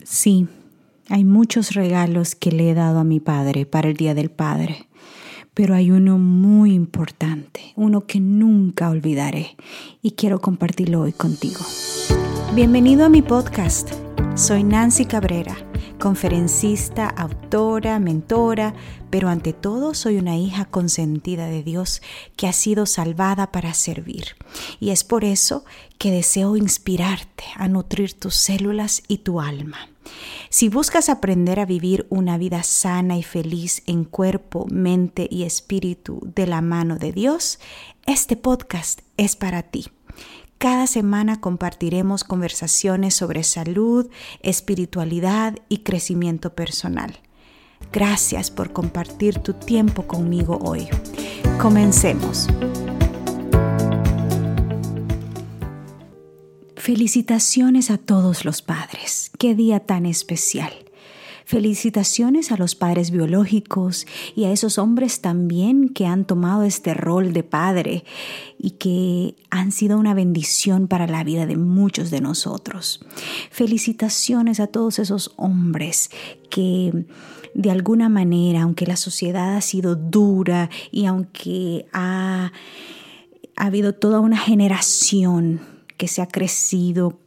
Sí, hay muchos regalos que le he dado a mi padre para el Día del Padre, pero hay uno muy importante, uno que nunca olvidaré y quiero compartirlo hoy contigo. Bienvenido a mi podcast. Soy Nancy Cabrera, conferencista, autora, mentora, pero ante todo soy una hija consentida de Dios que ha sido salvada para servir. Y es por eso que deseo inspirarte a nutrir tus células y tu alma. Si buscas aprender a vivir una vida sana y feliz en cuerpo, mente y espíritu de la mano de Dios, este podcast es para ti. Cada semana compartiremos conversaciones sobre salud, espiritualidad y crecimiento personal. Gracias por compartir tu tiempo conmigo hoy. Comencemos. Felicitaciones a todos los padres. ¡Qué día tan especial! Felicitaciones a los padres biológicos y a esos hombres también que han tomado este rol de padre y que han sido una bendición para la vida de muchos de nosotros. Felicitaciones a todos esos hombres que de alguna manera, aunque la sociedad ha sido dura y aunque ha habido toda una generación que se ha crecido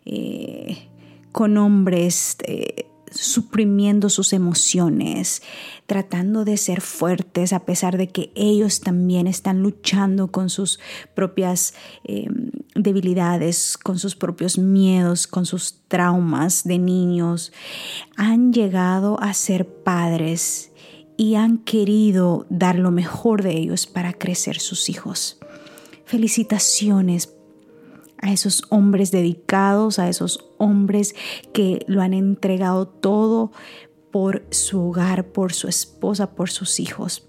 con hombres suprimiendo sus emociones, tratando de ser fuertes a pesar de que ellos también están luchando con sus propias debilidades, con sus propios miedos, con sus traumas de niños, han llegado a ser padres y han querido dar lo mejor de ellos para crecer sus hijos. Felicitaciones a esos hombres dedicados, a esos hombres que lo han entregado todo por su hogar, por su esposa, por sus hijos.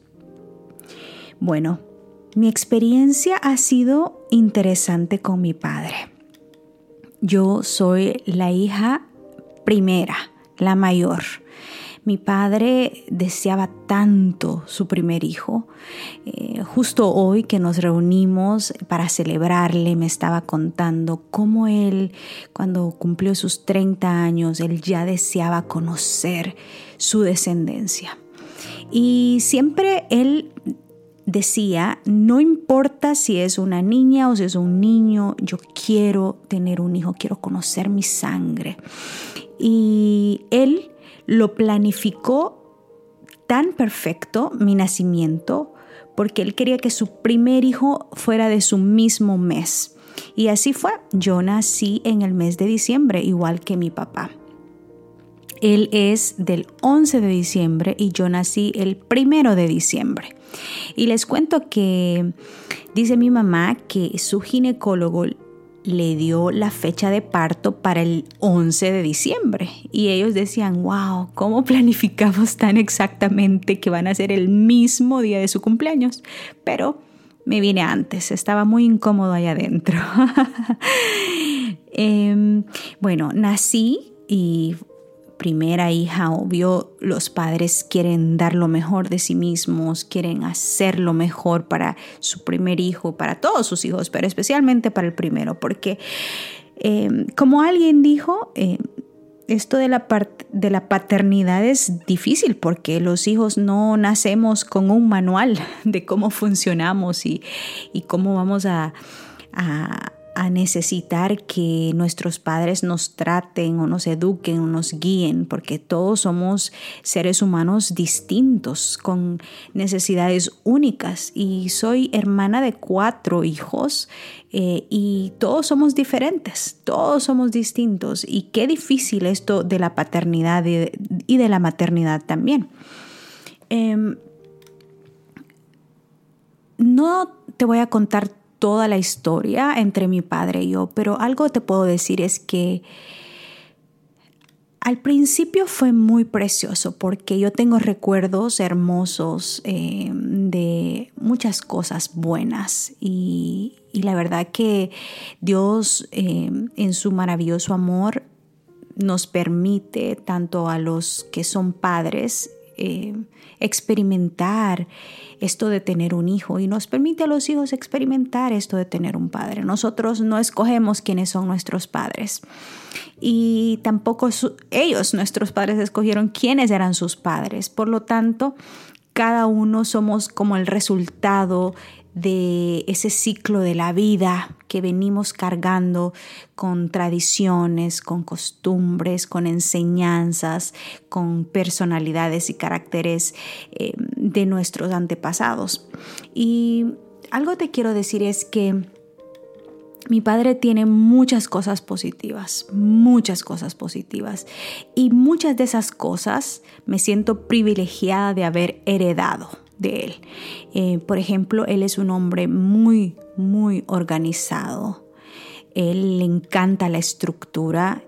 Bueno, mi experiencia ha sido interesante con mi padre. Yo soy la hija primera, la mayor. Mi padre deseaba tanto su primer hijo. Justo hoy que nos reunimos para celebrarle, me estaba contando cómo él, cuando cumplió sus 30 años, él ya deseaba conocer su descendencia. Y siempre él decía, no importa si es una niña o si es un niño, yo quiero tener un hijo, quiero conocer mi sangre. Y él lo planificó tan perfecto, mi nacimiento, porque él quería que su primer hijo fuera de su mismo mes. Y así fue. Yo nací en el mes de diciembre, igual que mi papá. Él es del 11 de diciembre y yo nací el 1 de diciembre. Y les cuento que dice mi mamá que su ginecólogo le dio la fecha de parto para el 11 de diciembre. Y ellos decían, wow, ¿cómo planificamos tan exactamente que van a ser el mismo día de su cumpleaños? Pero me vine antes, estaba muy incómodo allá adentro. Bueno, nací y primera hija, obvio, los padres quieren dar lo mejor de sí mismos, quieren hacer lo mejor para su primer hijo, para todos sus hijos, pero especialmente para el primero, porque como alguien dijo, esto de la paternidad es difícil porque los hijos no nacemos con un manual de cómo funcionamos y cómo vamos a necesitar que nuestros padres nos traten o nos eduquen o nos guíen, porque todos somos seres humanos distintos, con necesidades únicas. Y soy hermana de 4 hijos y todos somos diferentes, todos somos distintos. Y qué difícil esto de la paternidad y de la maternidad también. No te voy a contar toda la historia entre mi padre y yo, pero algo te puedo decir es que al principio fue muy precioso porque yo tengo recuerdos hermosos de muchas cosas buenas y la verdad que Dios en su maravilloso amor nos permite tanto a los que son padres experimentar esto de tener un hijo y nos permite a los hijos experimentar esto de tener un padre. Nosotros no escogemos quiénes son nuestros padres y tampoco ellos, nuestros padres, escogieron quiénes eran sus padres. Por lo tanto, cada uno somos como el resultado de ese ciclo de la vida que venimos cargando con tradiciones, con costumbres, con enseñanzas, con personalidades y caracteres de nuestros antepasados. Y algo te quiero decir es que mi padre tiene muchas cosas positivas y muchas de esas cosas me siento privilegiada de haber heredado de él. Por ejemplo, él es un hombre muy, muy organizado. Él le encanta la estructura.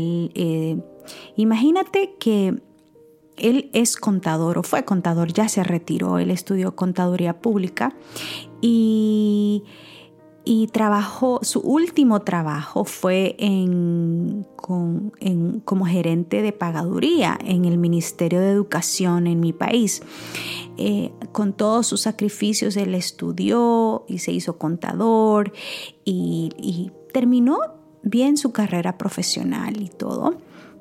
Imagínate que él es contador o fue contador, ya se retiró. Él estudió contaduría pública y trabajó, su último trabajo fue como gerente de pagaduría en el Ministerio de Educación en mi país. Con todos sus sacrificios él estudió y se hizo contador y terminó bien su carrera profesional y todo.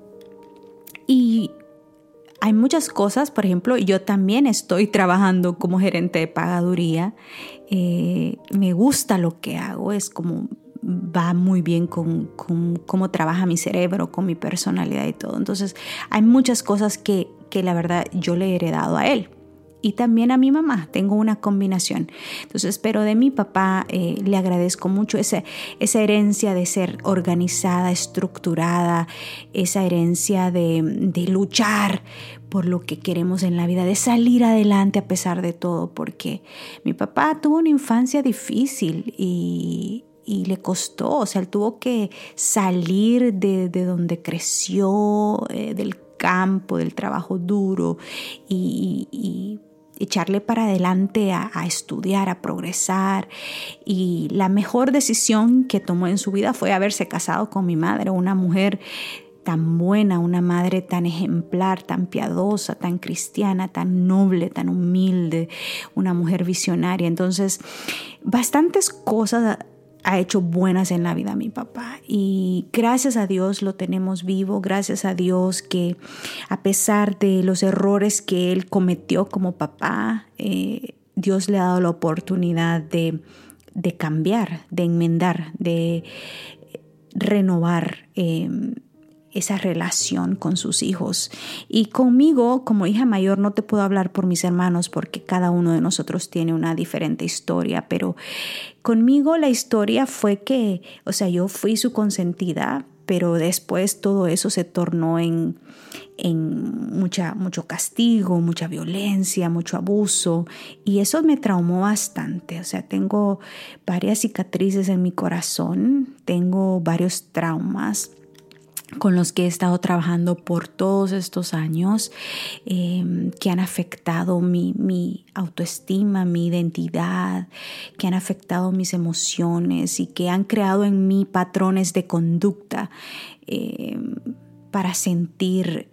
Y hay muchas cosas, por ejemplo, yo también estoy trabajando como gerente de pagaduría. Me gusta lo que hago, es como va muy bien con cómo trabaja mi cerebro, con mi personalidad y todo. Entonces, hay muchas cosas que la verdad yo le he heredado a él. Y también a mi mamá, tengo una combinación. Entonces, pero de mi papá le agradezco mucho esa herencia de ser organizada, estructurada, esa herencia de luchar por lo que queremos en la vida, de salir adelante a pesar de todo, porque mi papá tuvo una infancia difícil y le costó, o sea, él tuvo que salir de donde creció, del campo, del trabajo duro y echarle para adelante a estudiar, a progresar. Y la mejor decisión que tomó en su vida fue haberse casado con mi madre, una mujer tan buena, una madre tan ejemplar, tan piadosa, tan cristiana, tan noble, tan humilde, una mujer visionaria. Entonces, bastantes cosas ha hecho buenas en la vida mi papá y gracias a Dios lo tenemos vivo, gracias a Dios que a pesar de los errores que él cometió como papá, Dios le ha dado la oportunidad de cambiar, de enmendar, de renovar esa relación con sus hijos. Y conmigo, como hija mayor, no te puedo hablar por mis hermanos porque cada uno de nosotros tiene una diferente historia, pero conmigo la historia fue que, o sea, yo fui su consentida, pero después todo eso se tornó en mucho castigo, mucha violencia, mucho abuso, y eso me traumó bastante. O sea, tengo varias cicatrices en mi corazón, tengo varios traumas con los que he estado trabajando por todos estos años, que han afectado mi autoestima, mi identidad, que han afectado mis emociones y que han creado en mí patrones de conducta para sentir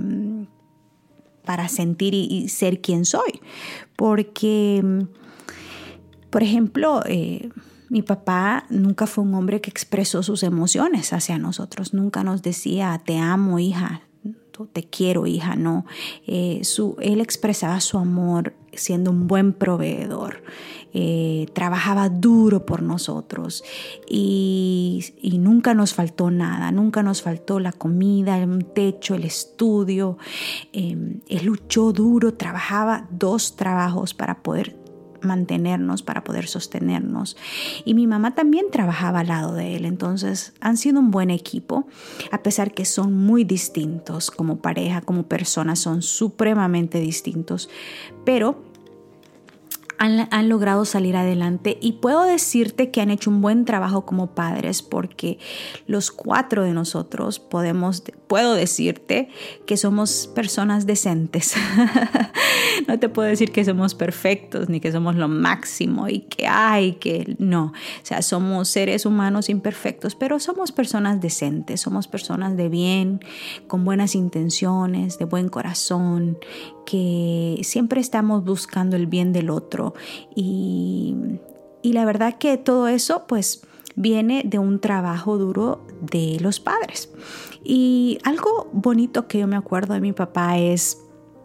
y ser quien soy. Porque, por ejemplo, mi papá nunca fue un hombre que expresó sus emociones hacia nosotros. Nunca nos decía, te amo, hija, te quiero, hija. No, él expresaba su amor siendo un buen proveedor. Trabajaba duro por nosotros y nunca nos faltó nada. Nunca nos faltó la comida, un techo, el estudio. Él luchó duro, trabajaba 2 trabajos para poder mantenernos, para poder sostenernos. Y mi mamá también trabajaba al lado de él. Entonces han sido un buen equipo, a pesar que son muy distintos como pareja, como personas, son supremamente distintos, pero han logrado salir adelante y puedo decirte que han hecho un buen trabajo como padres porque los 4 de nosotros puedo decirte que somos personas decentes. No te puedo decir que somos perfectos ni que somos lo máximo y que no. O sea, somos seres humanos imperfectos, pero somos personas decentes, somos personas de bien, con buenas intenciones, de buen corazón, que siempre estamos buscando el bien del otro y la verdad que todo eso pues viene de un trabajo duro de los padres. Y algo bonito que yo me acuerdo de mi papá es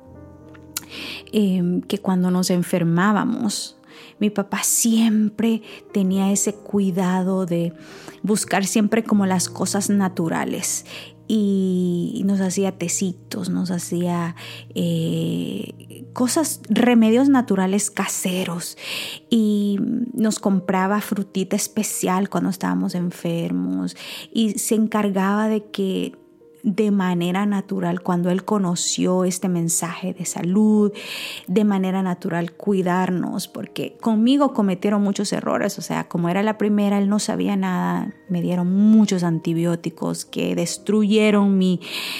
que cuando nos enfermábamos, mi papá siempre tenía ese cuidado de buscar siempre como las cosas naturales y nos hacía tecitos, nos hacía cosas, remedios naturales caseros y nos compraba frutita especial cuando estábamos enfermos y se encargaba de que de manera natural, cuando él conoció este mensaje de salud, de manera natural cuidarnos, porque conmigo cometieron muchos errores, o sea, como era la primera, él no sabía nada, me dieron muchos antibióticos que destruyeron mi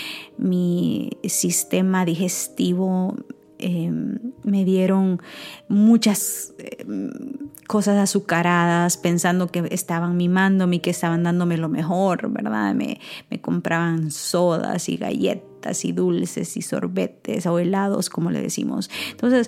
sistema digestivo, me dieron muchas cosas azucaradas pensando que estaban mimándome y que estaban dándome lo mejor, ¿verdad? Me compraban sodas y galletas y dulces y sorbetes o helados, como le decimos. Entonces,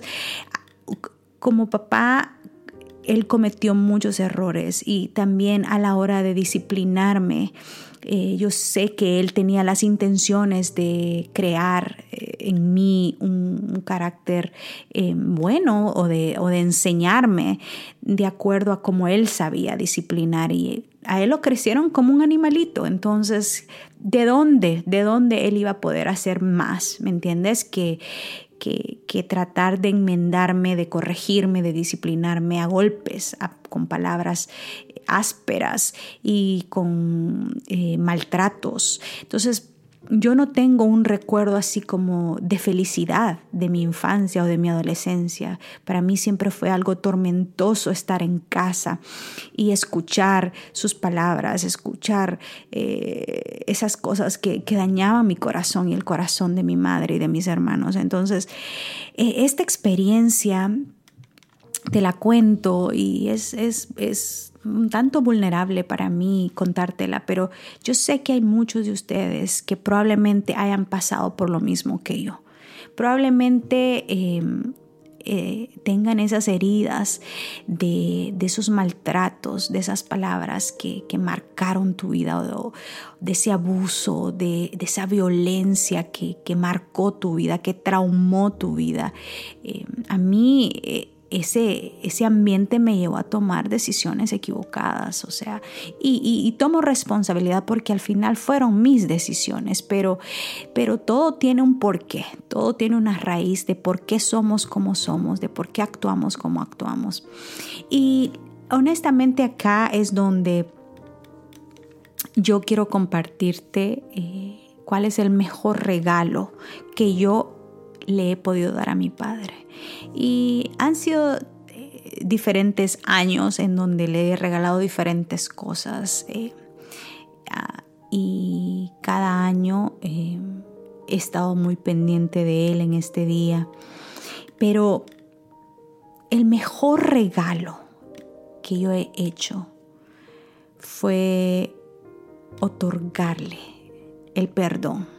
como papá, él cometió muchos errores y también a la hora de disciplinarme, yo sé que él tenía las intenciones de crear en mí un carácter bueno o de enseñarme de acuerdo a cómo él sabía disciplinar, y a él lo crecieron como un animalito. Entonces, ¿de dónde él iba a poder hacer más? ¿Me entiendes? Que tratar de enmendarme, de corregirme, de disciplinarme a golpes, con palabras ásperas y con maltratos. Entonces, yo no tengo un recuerdo así como de felicidad de mi infancia o de mi adolescencia. Para mí siempre fue algo tormentoso estar en casa y escuchar sus palabras, escuchar esas cosas que dañaban mi corazón y el corazón de mi madre y de mis hermanos. Entonces, esta experiencia te la cuento y es un tanto vulnerable para mí contártela, pero yo sé que hay muchos de ustedes que probablemente hayan pasado por lo mismo que yo. Probablemente tengan esas heridas de esos maltratos, de esas palabras que marcaron tu vida, o de ese abuso, de esa violencia que marcó tu vida, que traumó tu vida. A mí ese ambiente me llevó a tomar decisiones equivocadas, o sea, y tomo responsabilidad porque al final fueron mis decisiones, pero todo tiene un porqué, todo tiene una raíz de por qué somos como somos, de por qué actuamos como actuamos. Y honestamente acá es donde yo quiero compartirte cuál es el mejor regalo que yo le he podido dar a mi padre. Y han sido diferentes años en donde le he regalado diferentes cosas. Y cada año he estado muy pendiente de él en este día. Pero el mejor regalo que yo he hecho fue otorgarle el perdón.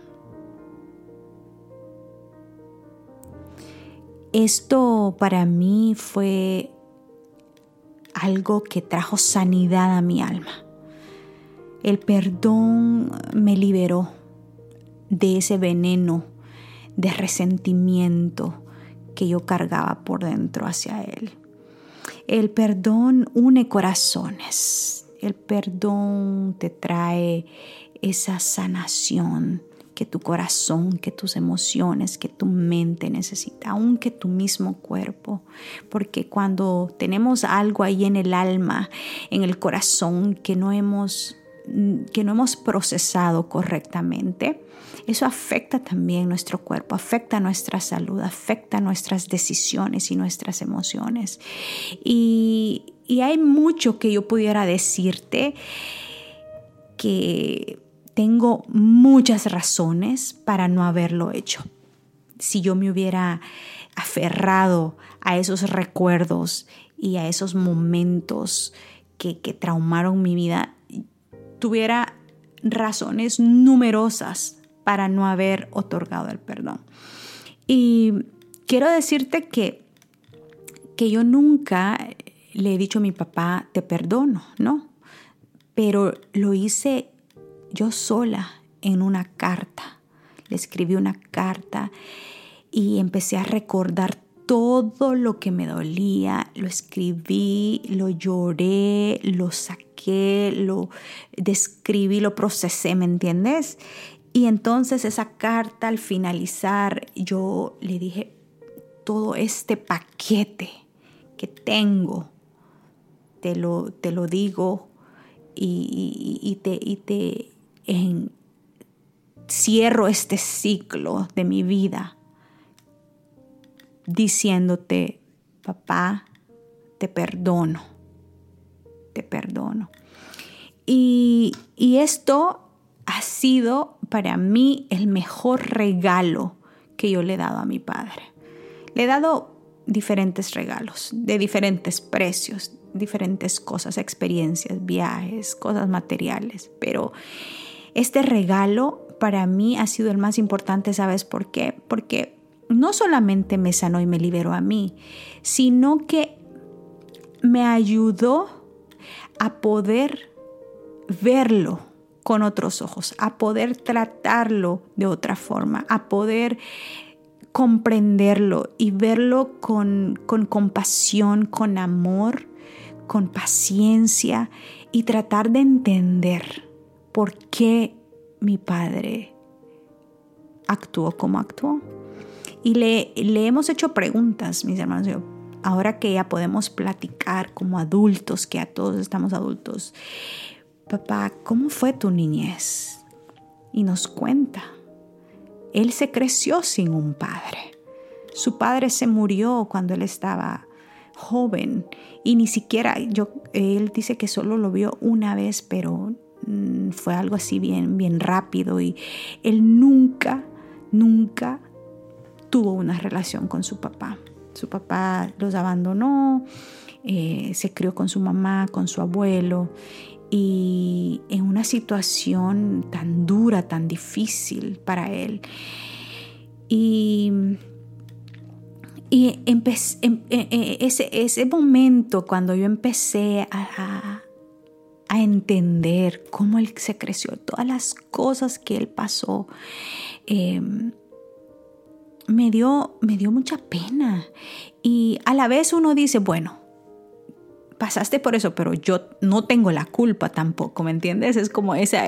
Esto para mí fue algo que trajo sanidad a mi alma. El perdón me liberó de ese veneno de resentimiento que yo cargaba por dentro hacia él. El perdón une corazones. El perdón te trae esa sanación que tu corazón, que tus emociones, que tu mente necesita, aunque tu mismo cuerpo. Porque cuando tenemos algo ahí en el alma, en el corazón, que no hemos procesado correctamente, eso afecta también nuestro cuerpo, afecta nuestra salud, afecta nuestras decisiones y nuestras emociones. Y hay mucho que yo pudiera decirte, que tengo muchas razones para no haberlo hecho. Si yo me hubiera aferrado a esos recuerdos y a esos momentos que traumaron mi vida, tuviera razones numerosas para no haber otorgado el perdón. Y quiero decirte que yo nunca le he dicho a mi papá, te perdono, ¿no? Pero lo hice yo sola en una carta. Le escribí una carta y empecé a recordar todo lo que me dolía. Lo escribí, lo lloré, lo saqué, lo describí, lo procesé, ¿me entiendes? Y entonces esa carta al finalizar yo le dije, todo este paquete que tengo, te lo digo y te cierro este ciclo de mi vida diciéndote, papá, te perdono. Y esto ha sido para mí el mejor regalo que yo le he dado a mi padre. Le he dado diferentes regalos de diferentes precios, diferentes cosas, experiencias, viajes, cosas materiales. Pero este regalo para mí ha sido el más importante, ¿sabes por qué? Porque no solamente me sanó y me liberó a mí, sino que me ayudó a poder verlo con otros ojos, a poder tratarlo de otra forma, a poder comprenderlo y verlo con compasión, con amor, con paciencia y tratar de entender por qué mi padre actuó como actuó. Y le hemos hecho preguntas, mis hermanos. Ahora que ya podemos platicar como adultos, que a todos estamos adultos, papá, ¿cómo fue tu niñez? Y nos cuenta. Él se creció sin un padre. Su padre se murió cuando él estaba joven y ni siquiera, él dice que solo lo vio una vez, pero fue algo así bien rápido y él nunca tuvo una relación con su papá. Su papá los abandonó, se crió con su mamá, con su abuelo y en una situación tan dura, tan difícil para él. Y ese momento cuando yo empecé a entender cómo él se creció, todas las cosas que él pasó, me dio mucha pena. Y a la vez uno dice, bueno, pasaste por eso, pero yo no tengo la culpa tampoco, ¿me entiendes? Es como esa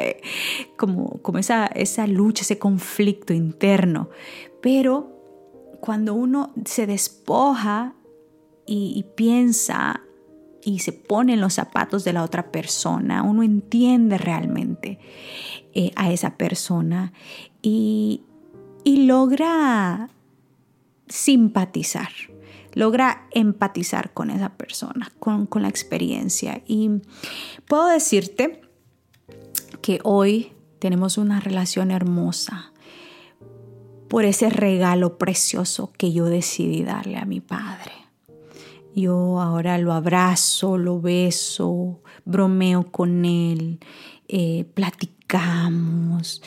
lucha, ese conflicto interno. Pero cuando uno se despoja y piensa y se pone en los zapatos de la otra persona, uno entiende realmente a esa persona y logra simpatizar, logra empatizar con esa persona, con la experiencia. Y puedo decirte que hoy tenemos una relación hermosa por ese regalo precioso que yo decidí darle a mi padre. Yo ahora lo abrazo, lo beso, bromeo con él, platicamos.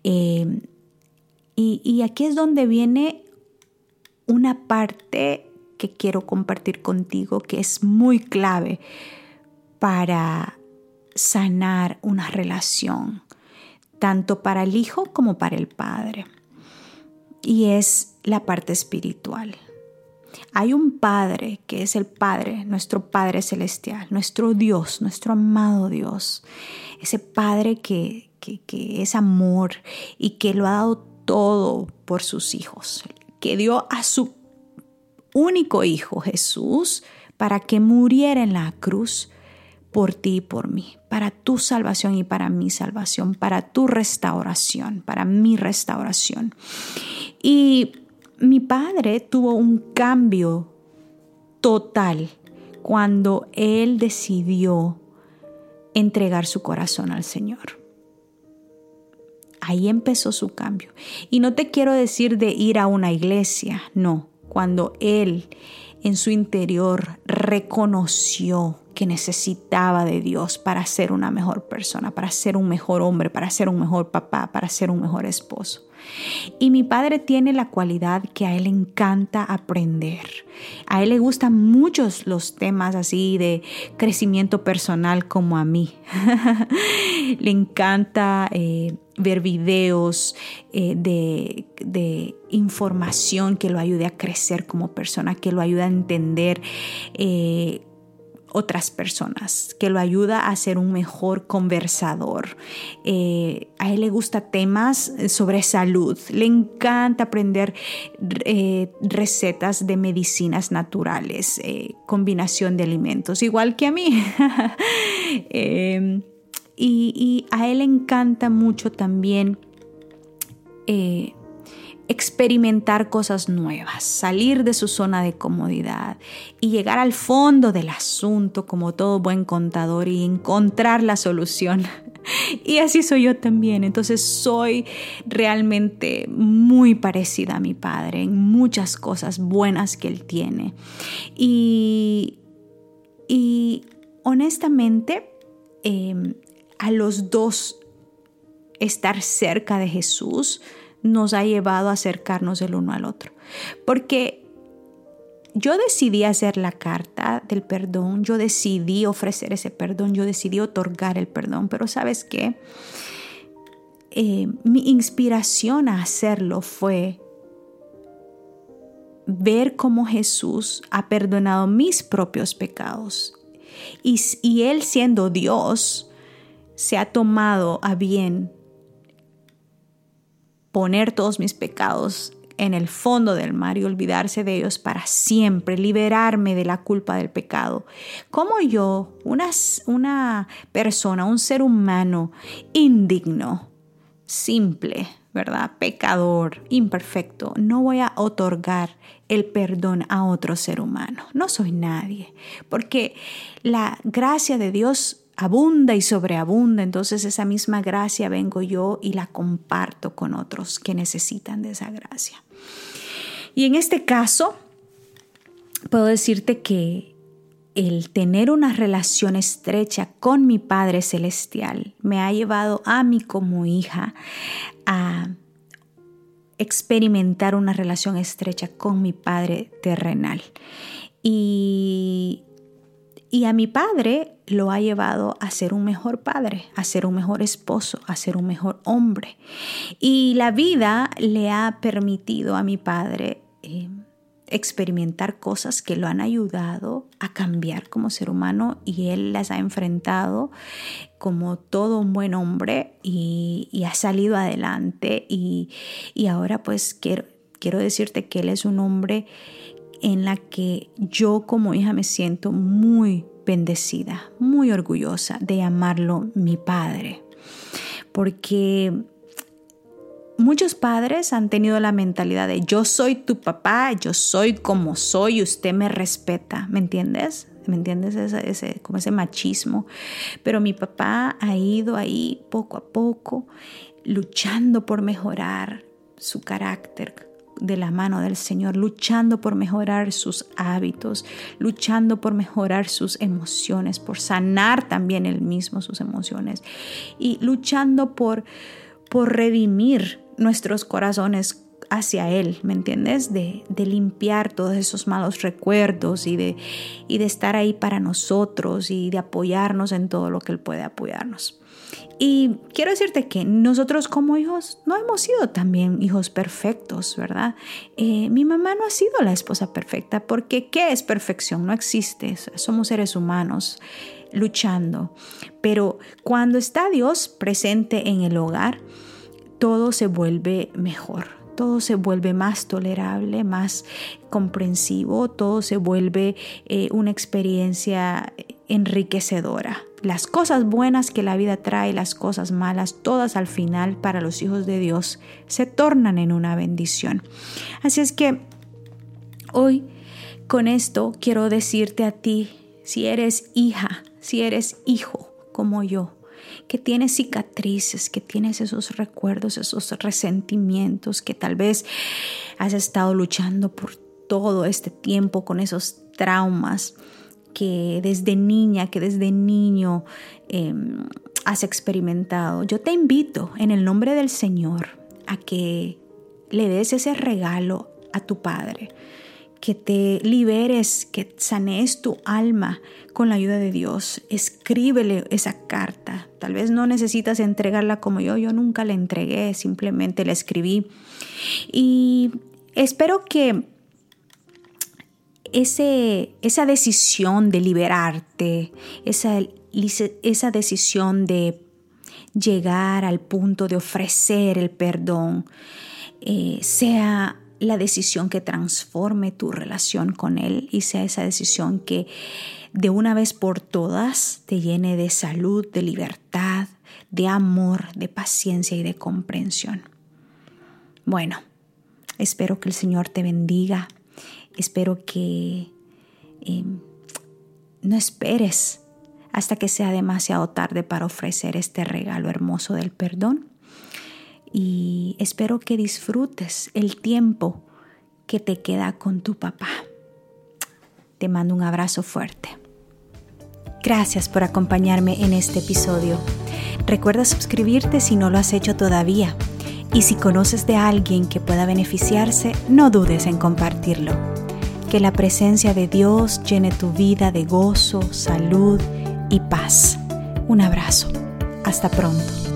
Y aquí es donde viene una parte que quiero compartir contigo que es muy clave para sanar una relación, tanto para el hijo como para el padre. Y es la parte espiritual. Hay un Padre que es el Padre, nuestro Padre Celestial, nuestro Dios, nuestro amado Dios. Ese Padre que es amor y que lo ha dado todo por sus hijos. Que dio a su único Hijo Jesús para que muriera en la cruz por ti y por mí, para tu salvación y para mi salvación, para tu restauración, para mi restauración. Y mi padre tuvo un cambio total cuando él decidió entregar su corazón al Señor. Ahí empezó su cambio. Y no te quiero decir de ir a una iglesia, no. Cuando él en su interior reconoció que necesitaba de Dios para ser una mejor persona, para ser un mejor hombre, para ser un mejor papá, para ser un mejor esposo. Y mi padre tiene la cualidad que a él le encanta aprender. A él le gustan muchos los temas así de crecimiento personal como a mí. Le encanta ver videos de información que lo ayude a crecer como persona, que lo ayude a entender otras personas, que lo ayuda a ser un mejor conversador. A él le gusta temas sobre salud. Le encanta aprender recetas de medicinas naturales, combinación de alimentos, igual que a mí. Y a él le encanta mucho también experimentar cosas nuevas, salir de su zona de comodidad y llegar al fondo del asunto como todo buen contador y encontrar la solución. Y así soy yo también. Entonces soy realmente muy parecida a mi padre en muchas cosas buenas que él tiene. Y honestamente, a los dos estar cerca de Jesús nos ha llevado a acercarnos el uno al otro. Porque yo decidí hacer la carta del perdón, yo decidí ofrecer ese perdón, yo decidí otorgar el perdón, pero ¿sabes qué? Mi inspiración a hacerlo fue ver cómo Jesús ha perdonado mis propios pecados. Y Él, siendo Dios, se ha tomado a bien poner todos mis pecados en el fondo del mar y olvidarse de ellos para siempre, liberarme de la culpa del pecado. Como yo, una persona, un ser humano indigno, simple, ¿verdad? Pecador, imperfecto, no voy a otorgar el perdón a otro ser humano. No soy nadie, porque la gracia de Dios abunda y sobreabunda. Entonces esa misma gracia vengo yo y la comparto con otros que necesitan de esa gracia. Y en este caso, puedo decirte que el tener una relación estrecha con mi Padre Celestial me ha llevado a mí como hija a experimentar una relación estrecha con mi Padre terrenal. Y a mi padre lo ha llevado a ser un mejor padre, a ser un mejor esposo, a ser un mejor hombre. Y la vida le ha permitido a mi padre experimentar cosas que lo han ayudado a cambiar como ser humano, y él las ha enfrentado como todo un buen hombre y ha salido adelante. Y ahora pues quiero decirte que él es un hombre en la que yo como hija me siento muy bendecida, muy orgullosa de llamarlo mi padre. Porque muchos padres han tenido la mentalidad de yo soy tu papá, yo soy como soy y usted me respeta, ¿me entiendes? ¿Me entiendes? Como ese machismo. Pero mi papá ha ido ahí poco a poco luchando por mejorar su carácter de la mano del Señor, luchando por mejorar sus hábitos, luchando por mejorar sus emociones, por sanar también él mismo sus emociones y luchando por redimir nuestros corazones hacia Él, ¿me entiendes? De limpiar todos esos malos recuerdos y de estar ahí para nosotros y de apoyarnos en todo lo que Él puede apoyarnos. Y quiero decirte que nosotros como hijos no hemos sido también hijos perfectos, ¿verdad? Mi mamá no ha sido la esposa perfecta, porque ¿qué es perfección? No existe. Somos seres humanos luchando. Pero cuando está Dios presente en el hogar, todo se vuelve mejor. Todo se vuelve más tolerable, más comprensivo, todo se vuelve una experiencia enriquecedora. Las cosas buenas que la vida trae, las cosas malas, todas al final para los hijos de Dios se tornan en una bendición. Así es que hoy con esto quiero decirte a ti, si eres hija, si eres hijo como yo, que tienes cicatrices, que tienes esos recuerdos, esos resentimientos, que tal vez has estado luchando por todo este tiempo con esos traumas, que desde niña, que desde niño has experimentado. Yo te invito en el nombre del Señor a que le des ese regalo a tu Padre, que te liberes, que sanees tu alma con la ayuda de Dios. Escríbele esa carta. Tal vez no necesitas entregarla como yo nunca la entregué, simplemente la escribí. Y espero que esa decisión de liberarte, esa decisión de llegar al punto de ofrecer el perdón, sea la decisión que transforme tu relación con Él y sea esa decisión que de una vez por todas te llene de salud, de libertad, de amor, de paciencia y de comprensión. Bueno, espero que el Señor te bendiga. Espero que no esperes hasta que sea demasiado tarde para ofrecer este regalo hermoso del perdón. Y espero que disfrutes el tiempo que te queda con tu papá. Te mando un abrazo fuerte. Gracias por acompañarme en este episodio. Recuerda suscribirte si no lo has hecho todavía. Y si conoces de alguien que pueda beneficiarse, no dudes en compartirlo. Que la presencia de Dios llene tu vida de gozo, salud y paz. Un abrazo. Hasta pronto.